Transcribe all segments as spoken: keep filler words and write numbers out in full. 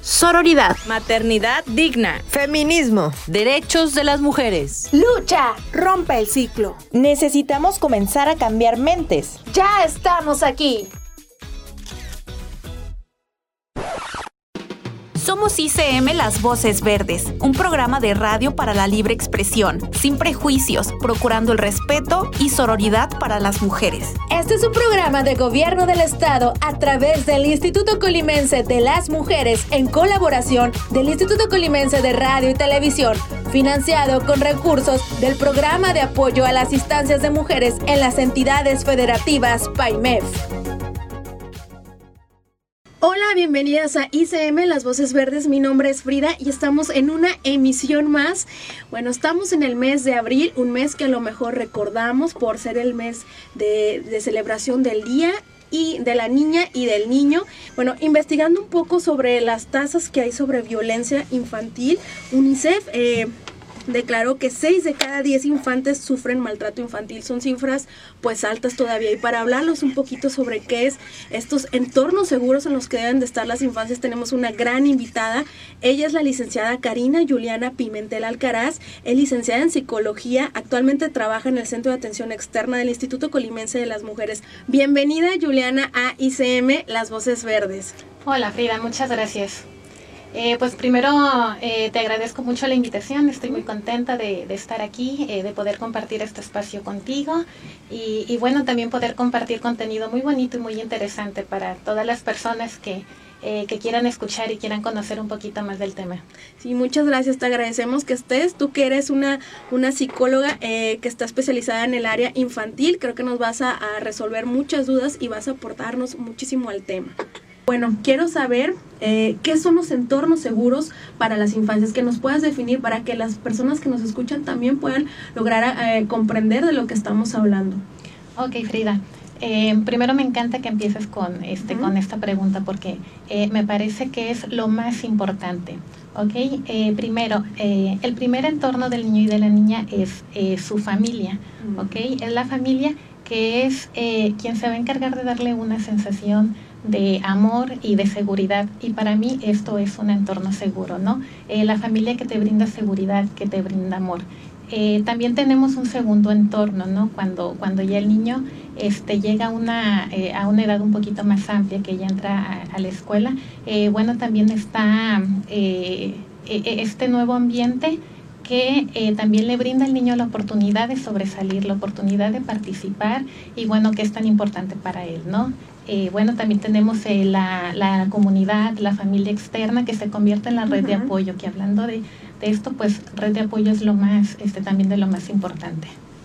Sororidad. Maternidad digna. Feminismo. Derechos de las mujeres. Lucha. Rompe el ciclo. Necesitamos comenzar a cambiar mentes. Ya estamos aquí. Somos I C M Las Voces Verdes, un programa de radio para la libre expresión, sin prejuicios, procurando el respeto y sororidad para las mujeres. Este es un programa de gobierno del Estado a través del Instituto Colimense de las Mujeres en colaboración del Instituto Colimense de Radio y Televisión, financiado con recursos del Programa de Apoyo a las Instancias de Mujeres en las entidades federativas PAIMEF. Hola, bienvenidas a I C M, Las Voces Verdes. Mi nombre es Frida y estamos en una emisión más. Bueno, estamos en el mes de abril, un mes que a lo mejor recordamos por ser el mes de, de celebración del Día y de la Niña y del Niño. Bueno, investigando un poco sobre las tasas que hay sobre violencia infantil, UNICEF eh, declaró que seis de cada diez infantes sufren maltrato infantil. Son cifras pues altas todavía, y para hablarlos un poquito sobre qué es estos entornos seguros en los que deben de estar las infancias, tenemos una gran invitada. Ella es la licenciada Karina Juliana Pimentel Alcaraz, es licenciada en psicología, actualmente trabaja en el Centro de Atención Externa del Instituto Colimense de las Mujeres. Bienvenida, Juliana, a I C M Las Voces Verdes. Hola, Frida, muchas gracias. Eh, pues primero eh, te agradezco mucho la invitación, estoy muy contenta de, de estar aquí, eh, de poder compartir este espacio contigo y, y bueno, también poder compartir contenido muy bonito y muy interesante para todas las personas que, eh, que quieran escuchar y quieran conocer un poquito más del tema. Sí, muchas gracias, te agradecemos que estés, tú que eres una, una psicóloga eh, que está especializada en el área infantil, creo que nos vas a, a resolver muchas dudas y vas a aportarnos muchísimo al tema. Bueno, quiero saber eh, qué son los entornos seguros para las infancias, que nos puedas definir para que las personas que nos escuchan también puedan lograr eh, comprender de lo que estamos hablando. Ok, Frida. Eh, primero me encanta que empieces con, este, uh-huh. con esta pregunta porque eh, me parece que es lo más importante. Okay, eh, primero, eh, el primer entorno del niño y de la niña es eh, su familia. Uh-huh. Okay, es la familia que es eh, quien se va a encargar de darle una sensación de amor y de seguridad, y para mí esto es un entorno seguro, ¿no? Eh, la familia que te brinda seguridad, que te brinda amor. Eh, también tenemos un segundo entorno, ¿no? Cuando, cuando ya el niño este, llega a una, eh, a una edad un poquito más amplia, que ya entra a, a la escuela, eh, bueno, también está eh, este nuevo ambiente que eh, también le brinda al niño la oportunidad de sobresalir, la oportunidad de participar, y bueno, que es tan importante para él, ¿no? Eh, bueno, también tenemos eh, la, la comunidad, la familia externa, que se convierte en la red uh-huh. de apoyo, que hablando de, de esto, pues red de apoyo es lo más, este, también de lo más importante.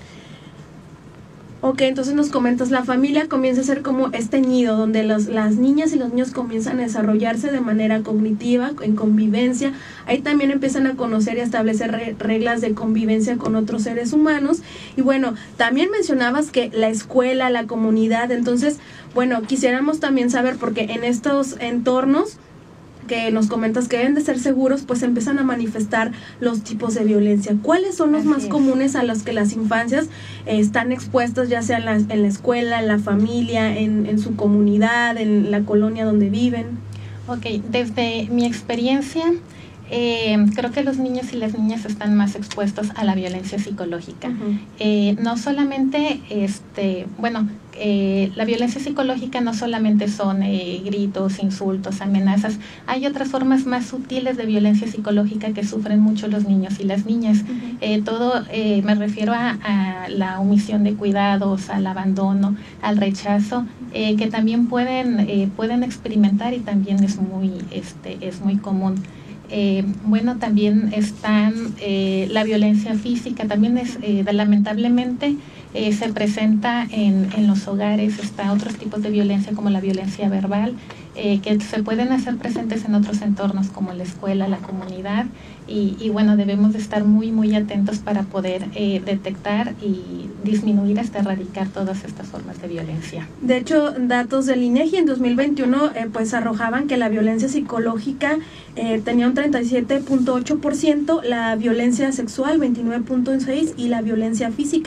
Ok, entonces nos comentas, la familia comienza a ser como este nido donde los, las niñas y los niños comienzan a desarrollarse de manera cognitiva, en convivencia. Ahí también empiezan a conocer y a establecer re, reglas de convivencia con otros seres humanos. Y bueno, también mencionabas que la escuela, la comunidad, entonces, bueno, quisiéramos también saber, porque en estos entornos que nos comentas que deben de ser seguros, pues empiezan a manifestar los tipos de violencia. ¿Cuáles son los Así más es. comunes a los que las infancias eh, están expuestas, ya sea en la, en la escuela, en la familia, en, en su comunidad, en la colonia donde viven? Ok, desde mi experiencia, eh, creo que los niños y las niñas están más expuestos a la violencia psicológica. Uh-huh. Eh, no solamente, este, bueno, Eh, la violencia psicológica no solamente son eh, gritos, insultos, amenazas. Hay otras formas más sutiles de violencia psicológica que sufren mucho los niños y las niñas. Uh-huh. Eh, todo, eh, me refiero a, a la omisión de cuidados, al abandono, al rechazo, eh, que también pueden, eh, pueden experimentar, y también es muy, este, es muy común. Eh, bueno, también están eh, la violencia física, también es eh, de, lamentablemente eh, se presenta en, en los hogares. Está otros tipos de violencia como la violencia verbal, eh, que se pueden hacer presentes en otros entornos como la escuela, la comunidad, y, y bueno, debemos de estar muy muy atentos para poder eh, detectar y disminuir hasta erradicar todas estas formas de violencia. De hecho, datos del INEGI en dos mil veintiuno eh, pues arrojaban que la violencia psicológica eh, tenía un treinta y siete punto ocho por ciento, la violencia sexual veintinueve punto seis por ciento y la violencia física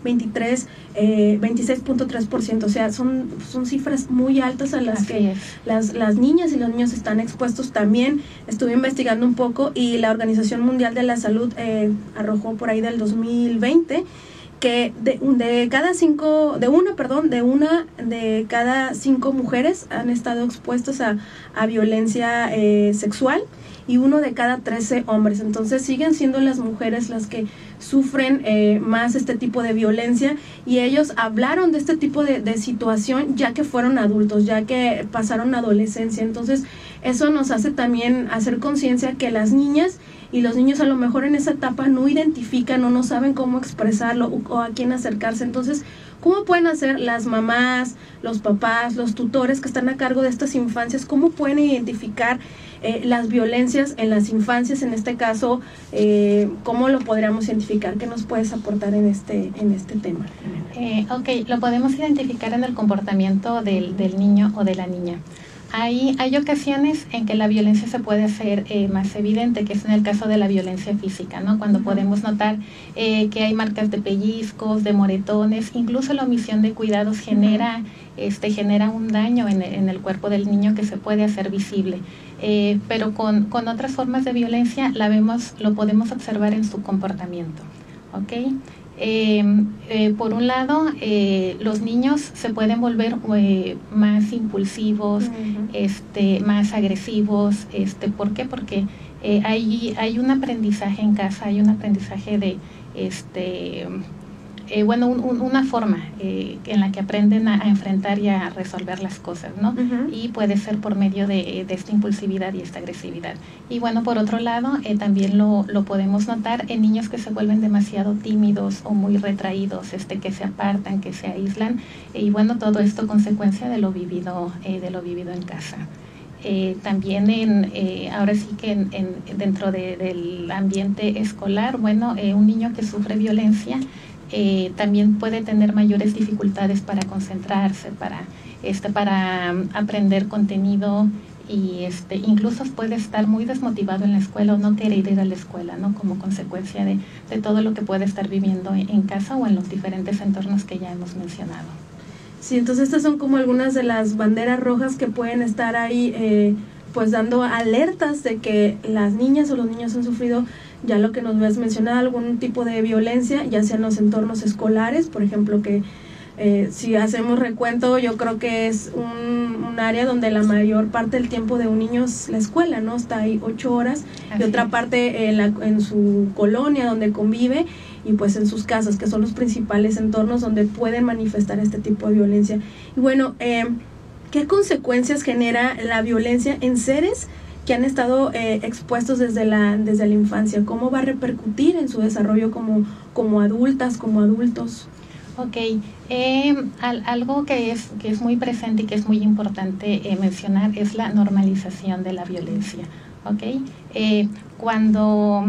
veintitrés, eh, veintiséis punto tres por ciento. O sea, son, son cifras muy altas a las Así que es. las, las niñas y los niños están expuestos. También estuve investigando un poco y la Organización Mundial de la Salud eh, arrojó por ahí del dos mil veinte que de, de cada cinco, de una, perdón, de una de cada cinco mujeres han estado expuestas a, a violencia eh, sexual y uno de cada trece hombres. Entonces siguen siendo las mujeres las que sufren eh, más este tipo de violencia, y ellos hablaron de este tipo de, de situación ya que fueron adultos, ya que pasaron adolescencia. Entonces eso nos hace también hacer conciencia que las niñas y los niños a lo mejor en esa etapa no identifican o no saben cómo expresarlo o, o a quién acercarse. Entonces, ¿cómo pueden hacer las mamás, los papás, los tutores que están a cargo de estas infancias? ¿Cómo pueden identificar eh, las violencias en las infancias? En este caso, eh, ¿cómo lo podríamos identificar? ¿Qué nos puedes aportar en este, en este tema? Eh, ok, lo podemos identificar en el comportamiento del, del niño o de la niña. Hay, hay ocasiones en que la violencia se puede hacer eh, más evidente, que es en el caso de la violencia física, ¿no? Cuando podemos notar eh, que hay marcas de pellizcos, de moretones, incluso la omisión de cuidados genera, este, genera un daño en, en el cuerpo del niño que se puede hacer visible. Eh, pero con, con otras formas de violencia la vemos, lo podemos observar en su comportamiento, ¿ok? Eh, eh, por un lado, eh, los niños se pueden volver eh, más impulsivos, uh-huh. este, más agresivos. Este, ¿por qué? Porque eh, hay, hay un aprendizaje en casa, hay un aprendizaje de, este, eh, bueno, un, un, una forma eh, en la que aprenden a, a enfrentar y a resolver las cosas, ¿no? Uh-huh. Y puede ser por medio de, de esta impulsividad y esta agresividad. Y bueno, por otro lado, eh, también lo, lo podemos notar en niños que se vuelven demasiado tímidos o muy retraídos, este, que se apartan, que se aíslan, eh, y bueno, todo esto consecuencia de lo vivido, eh, de lo vivido en casa. Eh, también en, eh, ahora sí que en, en, dentro de, del ambiente escolar, bueno, eh, un niño que sufre violencia Eh, también puede tener mayores dificultades para concentrarse, para, este, para um, aprender contenido, y este, incluso puede estar muy desmotivado en la escuela o no querer ir a la escuela, ¿no? Como consecuencia de, de todo lo que puede estar viviendo en, en casa o en los diferentes entornos que ya hemos mencionado. Sí, entonces estas son como algunas de las banderas rojas que pueden estar ahí eh, pues dando alertas de que las niñas o los niños han sufrido ya lo que nos has mencionado, algún tipo de violencia, ya sea en los entornos escolares, por ejemplo, que eh, si hacemos recuento, yo creo que es un, un área donde la mayor parte del tiempo de un niño es la escuela, ¿no? Está ahí ocho horas, Así y otra es. parte en, la, en su colonia donde convive, y pues en sus casas, que son los principales entornos donde pueden manifestar este tipo de violencia. Y bueno, eh, ¿qué consecuencias genera la violencia en seres que han estado eh, expuestos desde la, desde la infancia? ¿Cómo va a repercutir en su desarrollo como, como adultas, como adultos? Ok, eh, al, algo que es, que es muy presente y que es muy importante eh, mencionar es la normalización de la violencia. Okay. Eh, cuando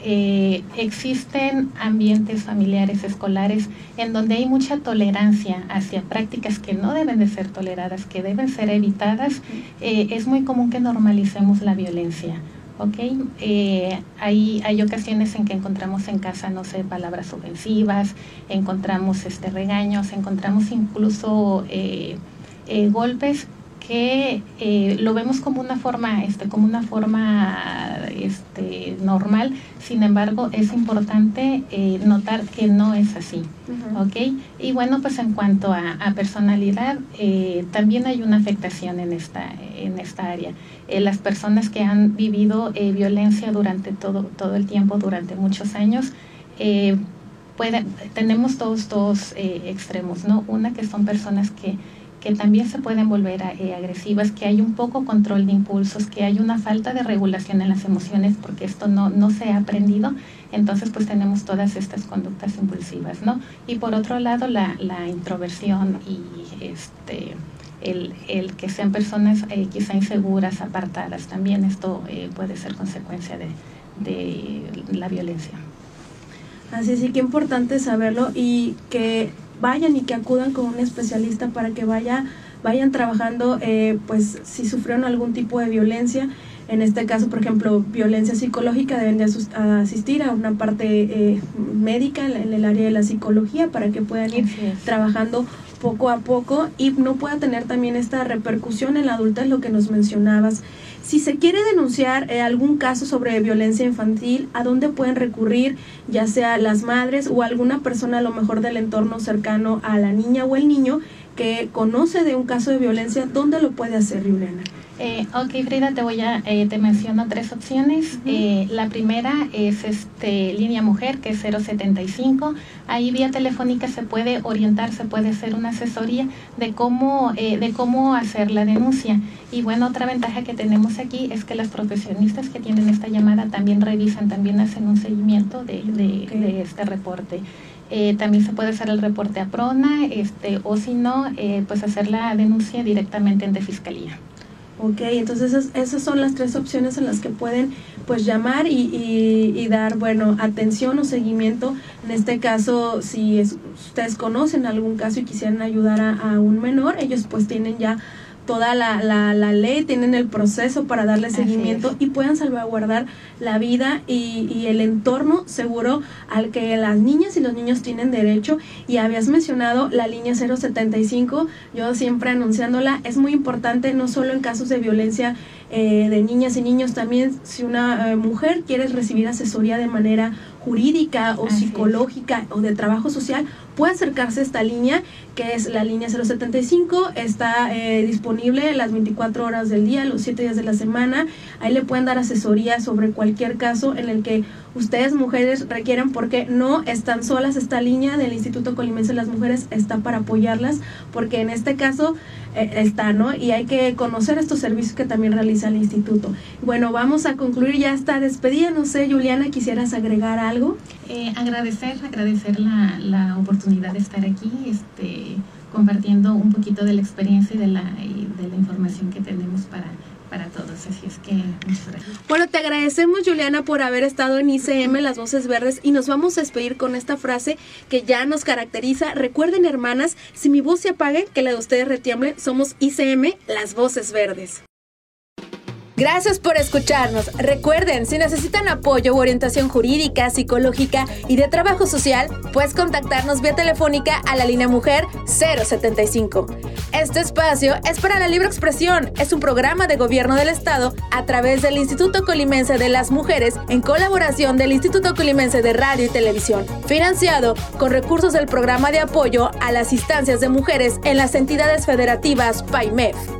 eh, existen ambientes familiares, escolares, en donde hay mucha tolerancia hacia prácticas que no deben de ser toleradas, que deben ser evitadas, eh, es muy común que normalicemos la violencia. Okay. Eh, hay, hay ocasiones en que encontramos en casa, no sé, palabras ofensivas, encontramos este, regaños, encontramos incluso eh, eh, golpes, que eh, lo vemos como una forma, este, como una forma este, normal. Sin embargo, es importante eh, notar que no es así, uh-huh. ¿ok? Y bueno, pues en cuanto a, a personalidad, eh, también hay una afectación en esta, en esta área. Eh, las personas que han vivido eh, violencia durante todo, todo el tiempo, durante muchos años, eh, pueden, tenemos dos, dos eh, extremos, ¿no? Una, que son personas que que también se pueden volver eh, agresivas, que hay un poco control de impulsos, que hay una falta de regulación en las emociones, porque esto no, no se ha aprendido. Entonces pues tenemos todas estas conductas impulsivas, ¿no? Y por otro lado la, la introversión y este el, el que sean personas eh, quizá inseguras, apartadas, también esto eh, puede ser consecuencia de, de la violencia. Así es, y qué importante saberlo, y que vayan y que acudan con un especialista para que vaya, vayan trabajando, eh, pues si sufrieron algún tipo de violencia. en este caso, por ejemplo, violencia psicológica, deben de asus- asistir a una parte eh, médica en, en el área de la psicología para que puedan ir trabajando poco a poco y no pueda tener también esta repercusión en la adultez, lo que nos mencionabas. Si se quiere denunciar eh, algún caso sobre violencia infantil, ¿a dónde pueden recurrir, ya sea las madres o alguna persona a lo mejor del entorno cercano a la niña o el niño que conoce de un caso de violencia? ¿Dónde lo puede hacer, Juliana? Eh, ok, Frida, te voy a, eh, te menciono tres opciones. Uh-huh. Eh, la primera es este Línea Mujer, que es cero setenta y cinco. Ahí vía telefónica se puede orientar, se puede hacer una asesoría de cómo, eh, de cómo hacer la denuncia. Y bueno, otra ventaja que tenemos aquí es que las profesionistas que tienen esta llamada también revisan, también hacen un seguimiento de, de, okay. de este reporte. Eh, también se puede hacer el reporte a PRONA, este, o si no, eh, pues hacer la denuncia directamente en de Fiscalía. Ok, entonces esas, esas son las tres opciones en las que pueden pues llamar y, y, y dar, bueno, atención o seguimiento. En este caso, si es, ustedes conocen algún caso y quisieran ayudar a, a un menor, ellos pues tienen ya toda la, la, la ley, tienen el proceso para darle seguimiento y puedan salvaguardar la vida y, y el entorno seguro al que las niñas y los niños tienen derecho. Y habías mencionado la línea cero setenta y cinco, yo siempre anunciándola, es muy importante no solo en casos de violencia eh, de niñas y niños, también si una eh, mujer quiere recibir asesoría de manera jurídica o Así psicológica es. o de trabajo social, puede acercarse a esta línea, que es la línea cero setenta y cinco, está eh, disponible las veinticuatro horas del día, los siete días de la semana. Ahí le pueden dar asesoría sobre cualquier caso en el que ustedes mujeres requieran, porque no están solas. Esta línea del Instituto Colimense de las Mujeres está para apoyarlas, porque en este caso eh, está, ¿no? Y hay que conocer estos servicios que también realiza el instituto. Bueno, vamos a concluir ya esta despedida. No sé, Juliana, ¿quisieras agregar algo? Eh, agradecer, agradecer la, la oportunidad de estar aquí, este, compartiendo un poquito de la experiencia y de la, y de la información que tenemos para para todos, así es que muchas gracias. Bueno, te agradecemos, Juliana, por haber estado en I C M, Las Voces Verdes, y nos vamos a despedir con esta frase que ya nos caracteriza. Recuerden, hermanas, si mi voz se apague, que la de ustedes retiemble. Somos I C M, Las Voces Verdes. Gracias por escucharnos. Recuerden, si necesitan apoyo u orientación jurídica, psicológica y de trabajo social, puedes contactarnos vía telefónica a la línea Mujer cero setenta y cinco. Este espacio es para la libre expresión. Es un programa de gobierno del Estado a través del Instituto Colimense de las Mujeres en colaboración del Instituto Colimense de Radio y Televisión, financiado con recursos del Programa de Apoyo a las Instancias de Mujeres en las entidades federativas P A I M E F.